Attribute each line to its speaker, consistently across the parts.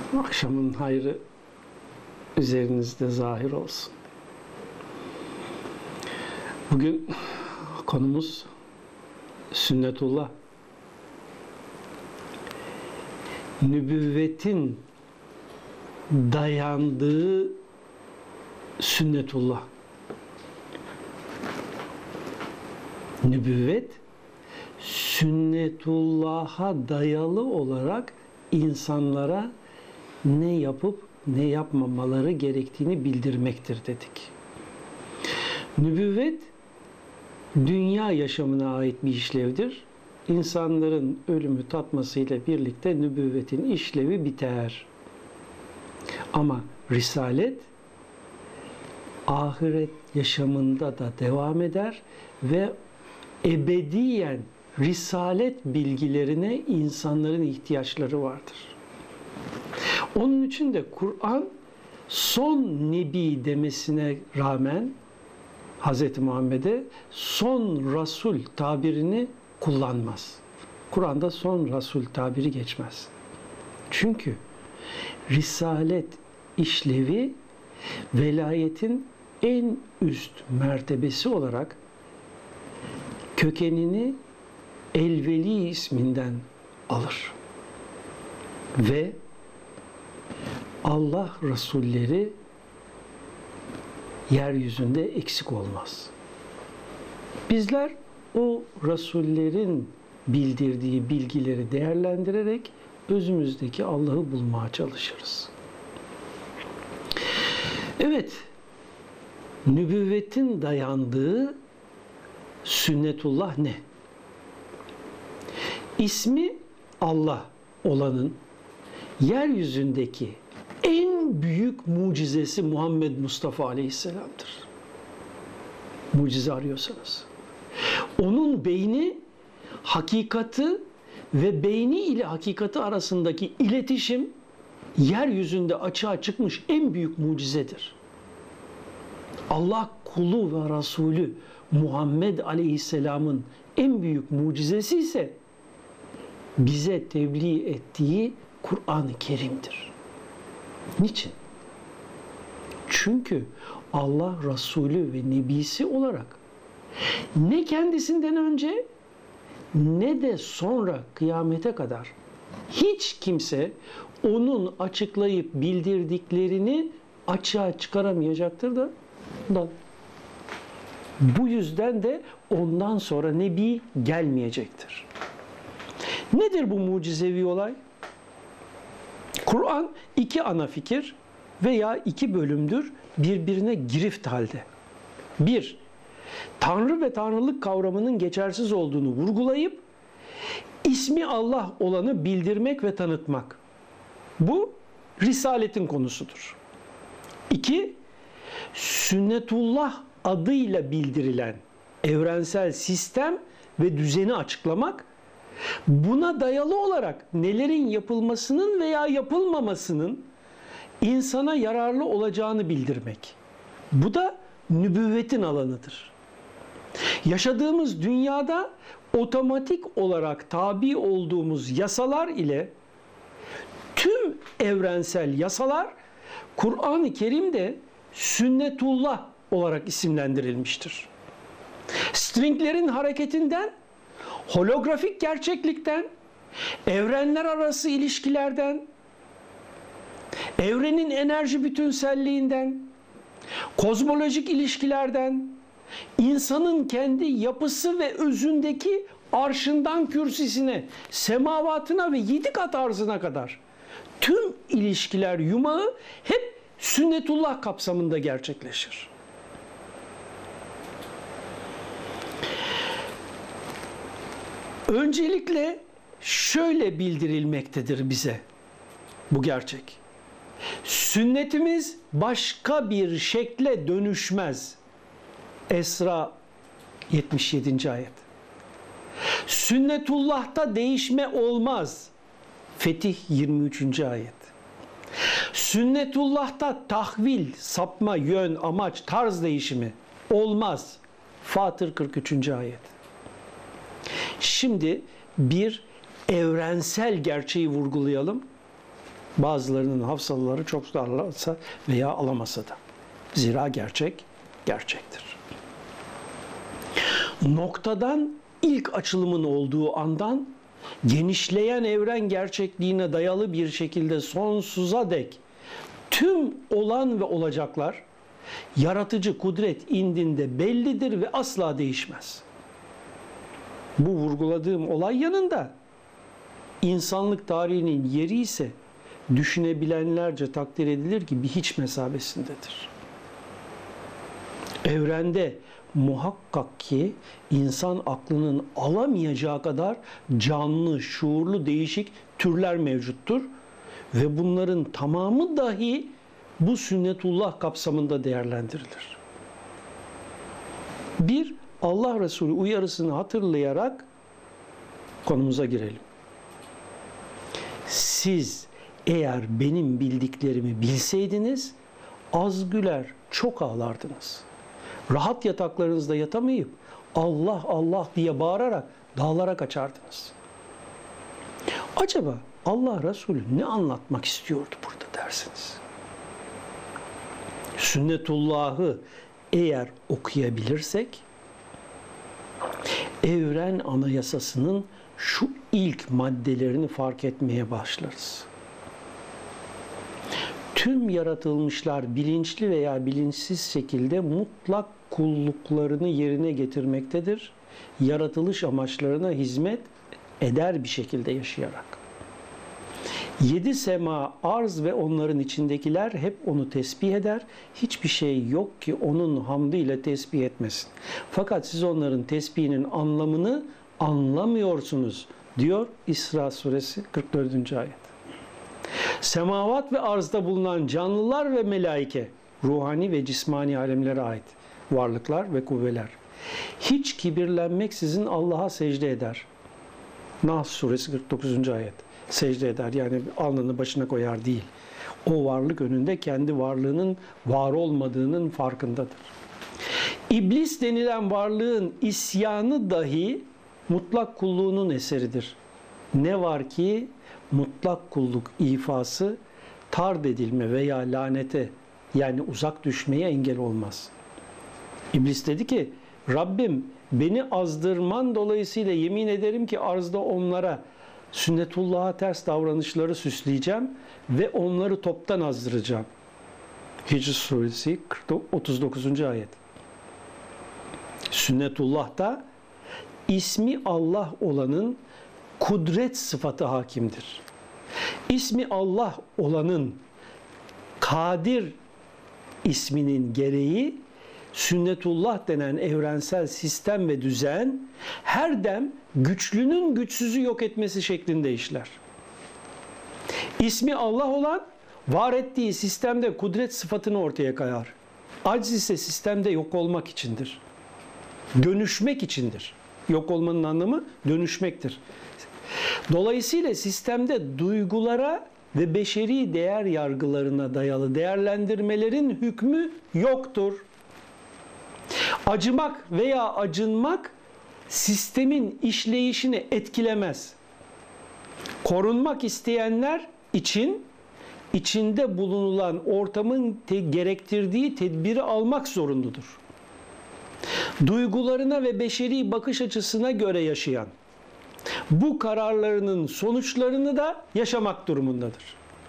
Speaker 1: Akşamın hayrı üzerinizde zahir olsun. Bugün konumuz sünnetullah. Nübüvvetin dayandığı sünnetullah. Nübüvvet, sünnetullah'a dayalı olarak insanlara ne yapıp ne yapmamaları gerektiğini bildirmektir dedik. Nübüvvet, dünya yaşamına ait bir işlevdir. İnsanların ölümü tatmasıyla birlikte nübüvvetin işlevi biter. Ama risalet, ahiret yaşamında da devam eder ve ebediyen risalet bilgilerine insanların ihtiyaçları vardır. Onun için de Kur'an son nebi demesine rağmen Hz. Muhammed'e son Resul tabirini kullanmaz. Kur'an'da son Resul tabiri geçmez. Çünkü risalet işlevi velayetin en üst mertebesi olarak kökenini El-Veli isminden alır. Ve Allah Resulleri yeryüzünde eksik olmaz. Bizler o Resullerin bildirdiği bilgileri değerlendirerek özümüzdeki Allah'ı bulmaya çalışırız. Evet, nübüvvetin dayandığı sünnetullah ne? İsmi Allah olanın yeryüzündeki en büyük mucizesi Muhammed Mustafa Aleyhisselam'dır. Mucize arıyorsanız. Onun beyni, hakikati ve beyni ile hakikati arasındaki iletişim yeryüzünde açığa çıkmış en büyük mucizedir. Allah kulu ve Resulü Muhammed Aleyhisselam'ın en büyük mucizesi ise bize tebliğ ettiği Kur'an-ı Kerim'dir. Niçin? Çünkü Allah Resulü ve Nebisi olarak ne kendisinden önce ne de sonra kıyamete kadar hiç kimse onun açıklayıp bildirdiklerini açığa çıkaramayacaktır da ondan. Bu yüzden de ondan sonra Nebi gelmeyecektir. Nedir bu mucizevi olay? Kur'an iki ana fikir veya iki bölümdür birbirine girift halde. Bir, Tanrı ve Tanrılık kavramının geçersiz olduğunu vurgulayıp ismi Allah olanı bildirmek ve tanıtmak. Bu Risaletin konusudur. İki, Sünnetullah adıyla bildirilen evrensel sistem ve düzeni açıklamak, buna dayalı olarak nelerin yapılmasının veya yapılmamasının insana yararlı olacağını bildirmek. Bu da nübüvvetin alanıdır. Yaşadığımız dünyada otomatik olarak tabi olduğumuz yasalar ile tüm evrensel yasalar Kur'an-ı Kerim'de sünnetullah olarak isimlendirilmiştir. Stringlerin hareketinden, holografik gerçeklikten, evrenler arası ilişkilerden, evrenin enerji bütünselliğinden, kozmolojik ilişkilerden, insanın kendi yapısı ve özündeki arşından kürsisine, semavatına ve 7 kat arzına kadar tüm ilişkiler yumağı hep sünnetullah kapsamında gerçekleşir. Öncelikle şöyle bildirilmektedir bize bu gerçek. Sünnetimiz başka bir şekle dönüşmez. Esra 77. ayet. Sünnetullah'ta değişme olmaz. Fetih 23. ayet. Sünnetullah'ta tahvil, sapma, yön, amaç, tarz değişimi olmaz. Fatır 43. ayet. Şimdi bir evrensel gerçeği vurgulayalım. Bazılarının hafızaları çok darlarsa veya alamasa da. Zira gerçek, gerçektir. Noktadan ilk açılımın olduğu andan genişleyen evren gerçekliğine dayalı bir şekilde sonsuza dek tüm olan ve olacaklar yaratıcı kudret indinde bellidir ve asla değişmez. Bu vurguladığım olay yanında insanlık tarihinin yeri ise düşünebilenlerce takdir edilir ki bir hiç mesabesindedir. Evrende muhakkak ki insan aklının alamayacağı kadar canlı, şuurlu, değişik türler mevcuttur ve bunların tamamı dahi bu sünnetullah kapsamında değerlendirilir. Bir, Allah Resulü uyarısını hatırlayarak konumuza girelim. Siz eğer benim bildiklerimi bilseydiniz az güler, çok ağlardınız. Rahat yataklarınızda yatamayıp Allah Allah diye bağırarak dağlara kaçardınız. Acaba Allah Resulü ne anlatmak istiyordu burada dersiniz? Sünnetullah'ı eğer okuyabilirsek evren anayasasının şu ilk maddelerini fark etmeye başlarız. Tüm yaratılmışlar bilinçli veya bilinçsiz şekilde mutlak kulluklarını yerine getirmektedir. Yaratılış amaçlarına hizmet eder bir şekilde yaşayarak. 7 sema, arz ve onların içindekiler hep onu tesbih eder. Hiçbir şey yok ki onun hamdıyla tesbih etmesin. Fakat siz onların tesbihinin anlamını anlamıyorsunuz diyor İsra suresi 44. ayet. Semavat ve arzda bulunan canlılar ve melaike, ruhani ve cismani alemlere ait varlıklar ve kuvveler hiç kibirlenmeksizin Allah'a secde eder. Nahl suresi 49. ayet. Secde eder, yani alnını başına koyar değil. O varlık önünde kendi varlığının var olmadığının farkındadır. İblis denilen varlığın isyanı dahi mutlak kulluğunun eseridir. Ne var ki mutlak kulluk ifası tard edilme veya lanete, yani uzak düşmeye engel olmaz. İblis dedi ki, Rabbim beni azdırman dolayısıyla yemin ederim ki arzda onlara sünnetullah'a ters davranışları süsleyeceğim ve onları toptan azdıracağım. Hicr suresi 39. ayet. Sünnetullah'ta ismi Allah olanın kudret sıfatı hakimdir. İsmi Allah olanın kadir isminin gereği sünnetullah denen evrensel sistem ve düzen her dem güçlünün güçsüzü yok etmesi şeklinde işler. İsmi Allah olan var ettiği sistemde kudret sıfatını ortaya koyar. Aciz ise sistemde yok olmak içindir. Dönüşmek içindir. Yok olmanın anlamı dönüşmektir. Dolayısıyla sistemde duygulara ve beşeri değer yargılarına dayalı değerlendirmelerin hükmü yoktur. Acımak veya acınmak sistemin işleyişini etkilemez. Korunmak isteyenler için içinde bulunulan ortamın gerektirdiği tedbiri almak zorunludur. Duygularına ve beşeri bakış açısına göre yaşayan, bu kararlarının sonuçlarını da yaşamak durumundadır.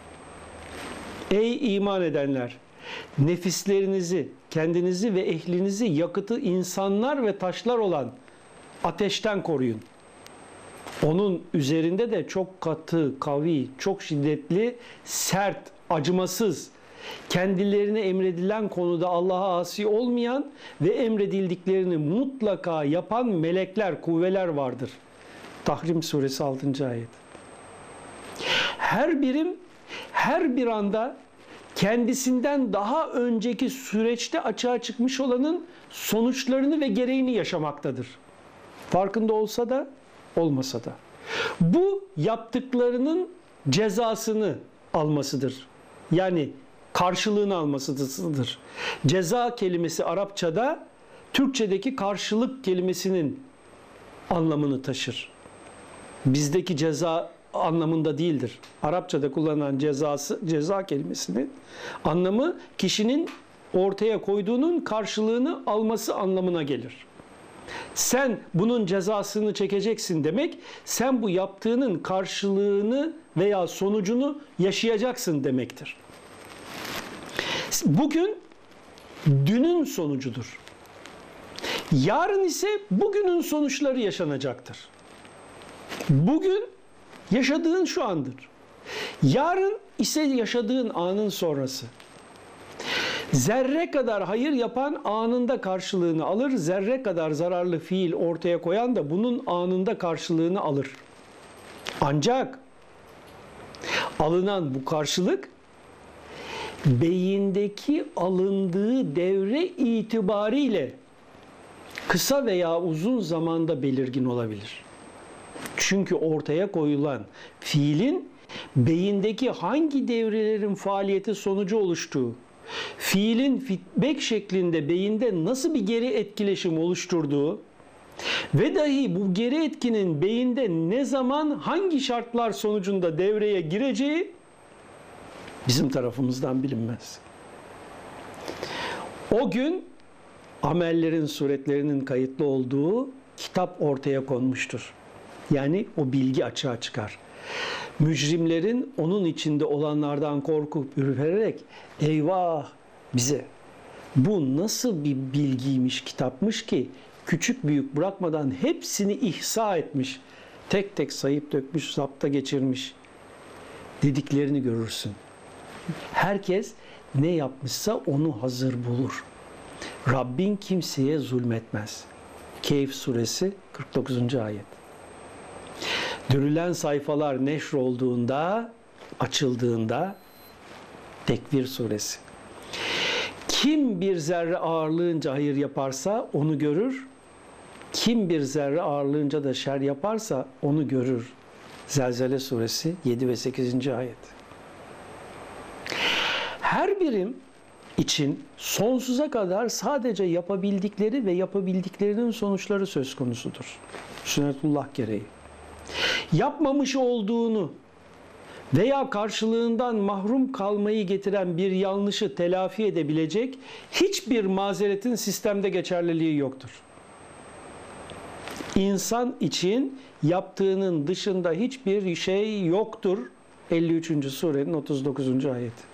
Speaker 1: Ey iman edenler! Nefislerinizi, kendinizi ve ehlinizi yakıtı insanlar ve taşlar olan ateşten koruyun. Onun üzerinde de çok katı, kavi, çok şiddetli, sert, acımasız, kendilerine emredilen konuda Allah'a asi olmayan ve emredildiklerini mutlaka yapan melekler, kuvveler vardır. Tahrim suresi 6. ayet. Her birim, her bir anda kendisinden daha önceki süreçte açığa çıkmış olanın sonuçlarını ve gereğini yaşamaktadır. Farkında olsa da, olmasa da. Bu yaptıklarının cezasını almasıdır. Yani karşılığını almasıdır. Ceza kelimesi Arapçada Türkçedeki karşılık kelimesinin anlamını taşır. Bizdeki ceza anlamında değildir. Arapçada kullanılan ceza kelimesinin anlamı kişinin ortaya koyduğunun karşılığını alması anlamına gelir. Sen bunun cezasını çekeceksin demek, sen bu yaptığının karşılığını veya sonucunu yaşayacaksın demektir. Bugün dünün sonucudur. Yarın ise bugünün sonuçları yaşanacaktır. Bugün yaşadığın şu andır. Yarın ise yaşadığın anın sonrası. Zerre kadar hayır yapan anında karşılığını alır. Zerre kadar zararlı fiil ortaya koyan da bunun anında karşılığını alır. Ancak alınan bu karşılık beyindeki alındığı devre itibariyle kısa veya uzun zamanda belirgin olabilir. Çünkü ortaya koyulan fiilin beyindeki hangi devrelerin faaliyeti sonucu oluştuğu, fiilin feedback şeklinde beyinde nasıl bir geri etkileşim oluşturduğu ve dahi bu geri etkinin beyinde ne zaman hangi şartlar sonucunda devreye gireceği bizim tarafımızdan bilinmez. O gün amellerin suretlerinin kayıtlı olduğu kitap ortaya konmuştur. Yani o bilgi açığa çıkar. Mücrimlerin onun içinde olanlardan korkup ürpererek eyvah bize bu nasıl bir bilgiymiş, kitapmış ki küçük büyük bırakmadan hepsini ihsa etmiş, tek tek sayıp dökmüş, zapta geçirmiş dediklerini görürsün. Herkes ne yapmışsa onu hazır bulur. Rabbin kimseye zulmetmez. Kehf suresi 49. ayet. Dürülen sayfalar neşr olduğunda, açıldığında Tekvir suresi. Kim bir zerre ağırlığınca hayır yaparsa onu görür. Kim bir zerre ağırlığınca da şer yaparsa onu görür. Zelzele suresi 7 ve 8. ayet. Her birim için sonsuza kadar sadece yapabildikleri ve yapabildiklerinin sonuçları söz konusudur. Sünnetullah gereği. Yapmamış olduğunu veya karşılığından mahrum kalmayı getiren bir yanlışı telafi edebilecek hiçbir mazeretin sistemde geçerliliği yoktur. İnsan için yaptığının dışında hiçbir şey yoktur. 53. surenin 39. ayeti.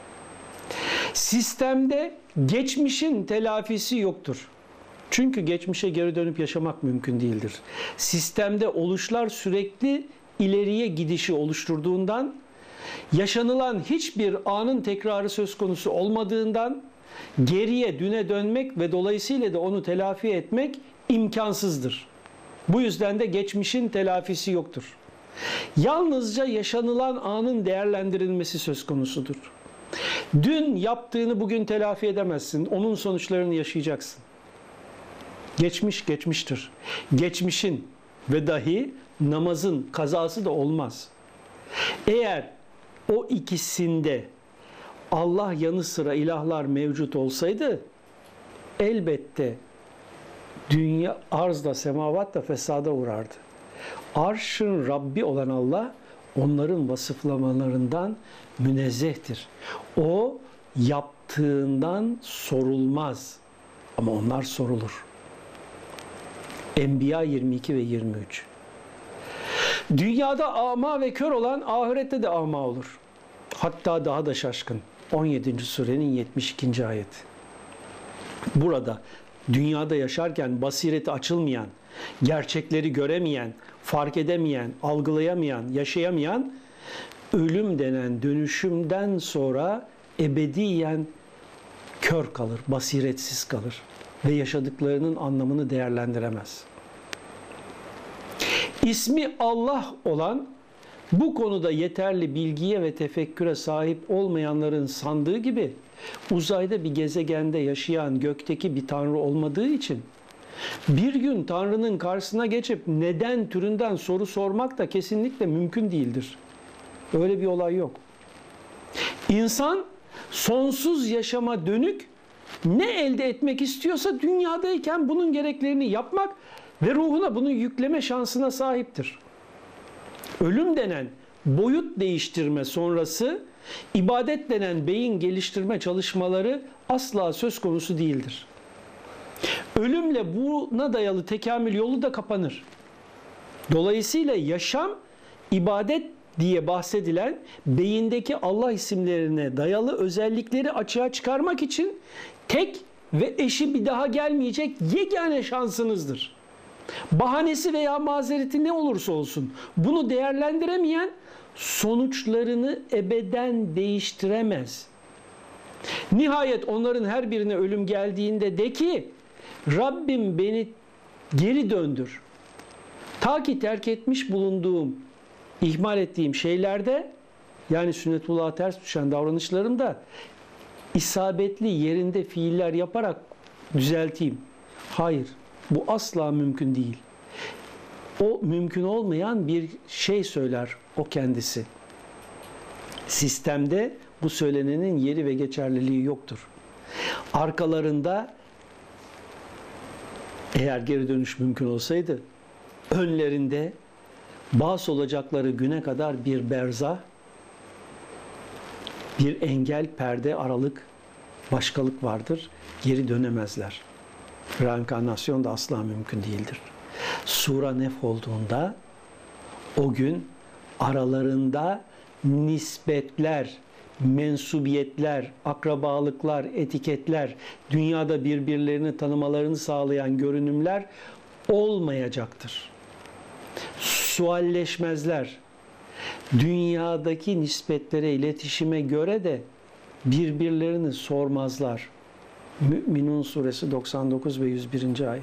Speaker 1: Sistemde geçmişin telafisi yoktur. Çünkü geçmişe geri dönüp yaşamak mümkün değildir. Sistemde oluşlar sürekli ileriye gidişi oluşturduğundan, yaşanılan hiçbir anın tekrarı söz konusu olmadığından, geriye düne dönmek ve dolayısıyla da onu telafi etmek imkansızdır. Bu yüzden de geçmişin telafisi yoktur. Yalnızca yaşanılan anın değerlendirilmesi söz konusudur. Dün yaptığını bugün telafi edemezsin. Onun sonuçlarını yaşayacaksın. Geçmiş geçmiştir. Geçmişin ve dahi namazın kazası da olmaz. Eğer o ikisinde Allah yanı sıra ilahlar mevcut olsaydı elbette dünya arzda semavat da fesada uğrardı. Arşın Rabbi olan Allah onların vasıflamalarından münezzehtir. O yaptığından sorulmaz. Ama onlar sorulur. Enbiya 22 ve 23. Dünyada ama ve kör olan ahirette de ama olur. Hatta daha da şaşkın. 17. surenin 72. ayeti. Burada dünyada yaşarken basireti açılmayan, gerçekleri göremeyen, fark edemeyen, algılayamayan, yaşayamayan, ölüm denen dönüşümden sonra ebediyen kör kalır, basiretsiz kalır ve yaşadıklarının anlamını değerlendiremez. İsmi Allah olan, bu konuda yeterli bilgiye ve tefekküre sahip olmayanların sandığı gibi uzayda bir gezegende yaşayan gökteki bir tanrı olmadığı için bir gün Tanrı'nın karşısına geçip neden türünden soru sormak da kesinlikle mümkün değildir. Öyle bir olay yok. İnsan sonsuz yaşama dönük ne elde etmek istiyorsa dünyadayken bunun gereklerini yapmak ve ruhuna bunu yükleme şansına sahiptir. Ölüm denen boyut değiştirme sonrası ibadet denen beyin geliştirme çalışmaları asla söz konusu değildir. Ölümle buna dayalı tekamül yolu da kapanır. Dolayısıyla yaşam, ibadet diye bahsedilen beyindeki Allah isimlerine dayalı özellikleri açığa çıkarmak için tek ve eşi bir daha gelmeyecek yegane şansınızdır. Bahanesi veya mazereti ne olursa olsun bunu değerlendiremeyen sonuçlarını ebeden değiştiremez. Nihayet onların her birine ölüm geldiğinde de ki Rabbim beni geri döndür. Ta ki terk etmiş bulunduğum, ihmal ettiğim şeylerde, yani sünnetullah'a ters düşen davranışlarımda isabetli yerinde fiiller yaparak düzelteyim. Hayır, bu asla mümkün değil. O mümkün olmayan bir şey söyler o kendisi. Sistemde bu söylenenin yeri ve geçerliliği yoktur. Arkalarında, eğer geri dönüş mümkün olsaydı, önlerinde bas olacakları güne kadar bir berzah, bir engel, perde, aralık, başkalık vardır. Geri dönemezler. Reenkarnasyon da asla mümkün değildir. Sura nef olduğunda o gün aralarında nispetler, mensubiyetler, akrabalıklar, etiketler, dünyada birbirlerini tanımalarını sağlayan görünümler olmayacaktır. Sualleşmezler. Dünyadaki nispetlere, iletişime göre de birbirlerini sormazlar. Mü'minun suresi 99 ve 101. ayet.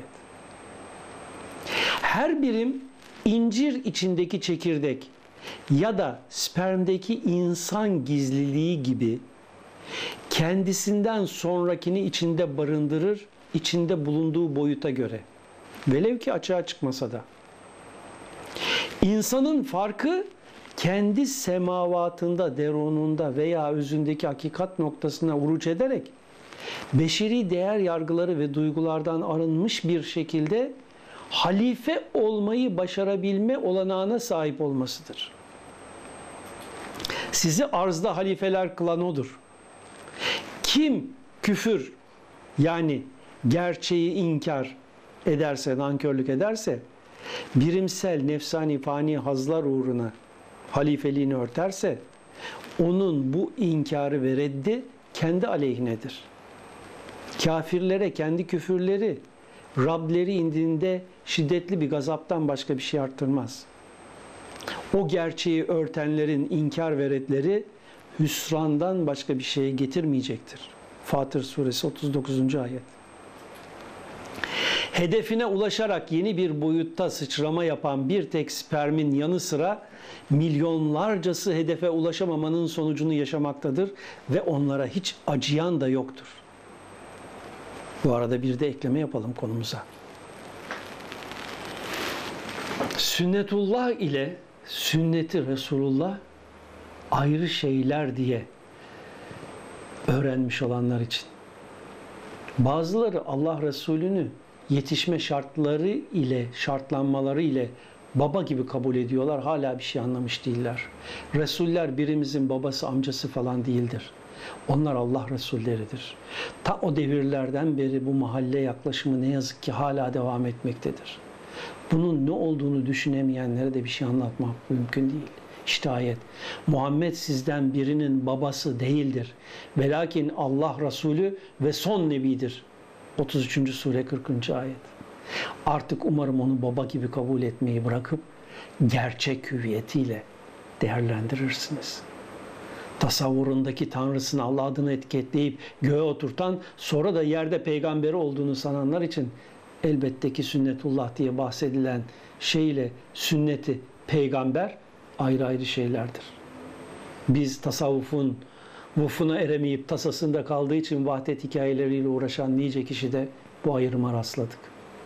Speaker 1: Her birim incir içindeki çekirdek ya da spermdeki insan gizliliği gibi kendisinden sonrakini içinde barındırır, içinde bulunduğu boyuta göre. Velev ki açığa çıkmasa da. İnsanın farkı kendi semavatında, derununda veya özündeki hakikat noktasına uruç ederek beşeri değer yargıları ve duygulardan arınmış bir şekilde halife olmayı başarabilme olanağına sahip olmasıdır. Sizi arzda halifeler kılan odur. Kim küfür, yani gerçeği inkar ederse, nankörlük ederse, birimsel, nefsani, fani hazlar uğruna halifeliğini örterse, onun bu inkarı ve reddi kendi aleyhinedir. Kafirlere kendi küfürleri, Rableri indinde şiddetli bir gazaptan başka bir şey arttırmaz. O gerçeği örtenlerin inkar ve redleri hüsrandan başka bir şey getirmeyecektir. Fatır suresi 39. ayet. Hedefine ulaşarak yeni bir boyutta sıçrama yapan bir tek spermin yanı sıra milyonlarcası hedefe ulaşamamanın sonucunu yaşamaktadır ve onlara hiç acıyan da yoktur. Bu arada bir de ekleme yapalım konumuza. Sünnetullah ile sünneti Resulullah ayrı şeyler diye öğrenmiş olanlar için. Bazıları Allah Resulü'nü yetişme şartları ile, şartlanmaları ile baba gibi kabul ediyorlar. Hala bir şey anlamış değiller. Resuller birimizin babası, amcası falan değildir. Onlar Allah Resulleridir. Ta o devirlerden beri bu mahalle yaklaşımı ne yazık ki hala devam etmektedir. Bunun ne olduğunu düşünemeyenlere de bir şey anlatmak mümkün değil. İşte ayet. Muhammed sizden birinin babası değildir. Velakin Allah Resulü ve son nebidir. 33. sure 40. ayet. Artık umarım onu baba gibi kabul etmeyi bırakıp gerçek hüviyetiyle değerlendirirsiniz. Tasavvurundaki Tanrısını Allah adını etiketleyip göğe oturtan, sonra da yerde peygamberi olduğunu sananlar için elbette ki sünnetullah diye bahsedilen şeyle sünneti peygamber ayrı ayrı şeylerdir. Biz tasavvufun vufuna eremeyip tasasında kaldığı için vahdet hikayeleriyle uğraşan nice kişi de bu ayrıma rastladık.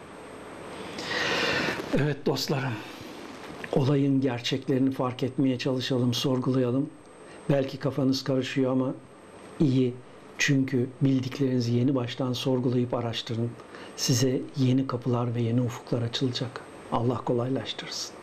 Speaker 1: Evet dostlarım, olayın gerçeklerini fark etmeye çalışalım, sorgulayalım. Belki kafanız karışıyor ama iyi. Çünkü bildiklerinizi yeni baştan sorgulayıp araştırın. Size yeni kapılar ve yeni ufuklar açılacak. Allah kolaylaştırsın.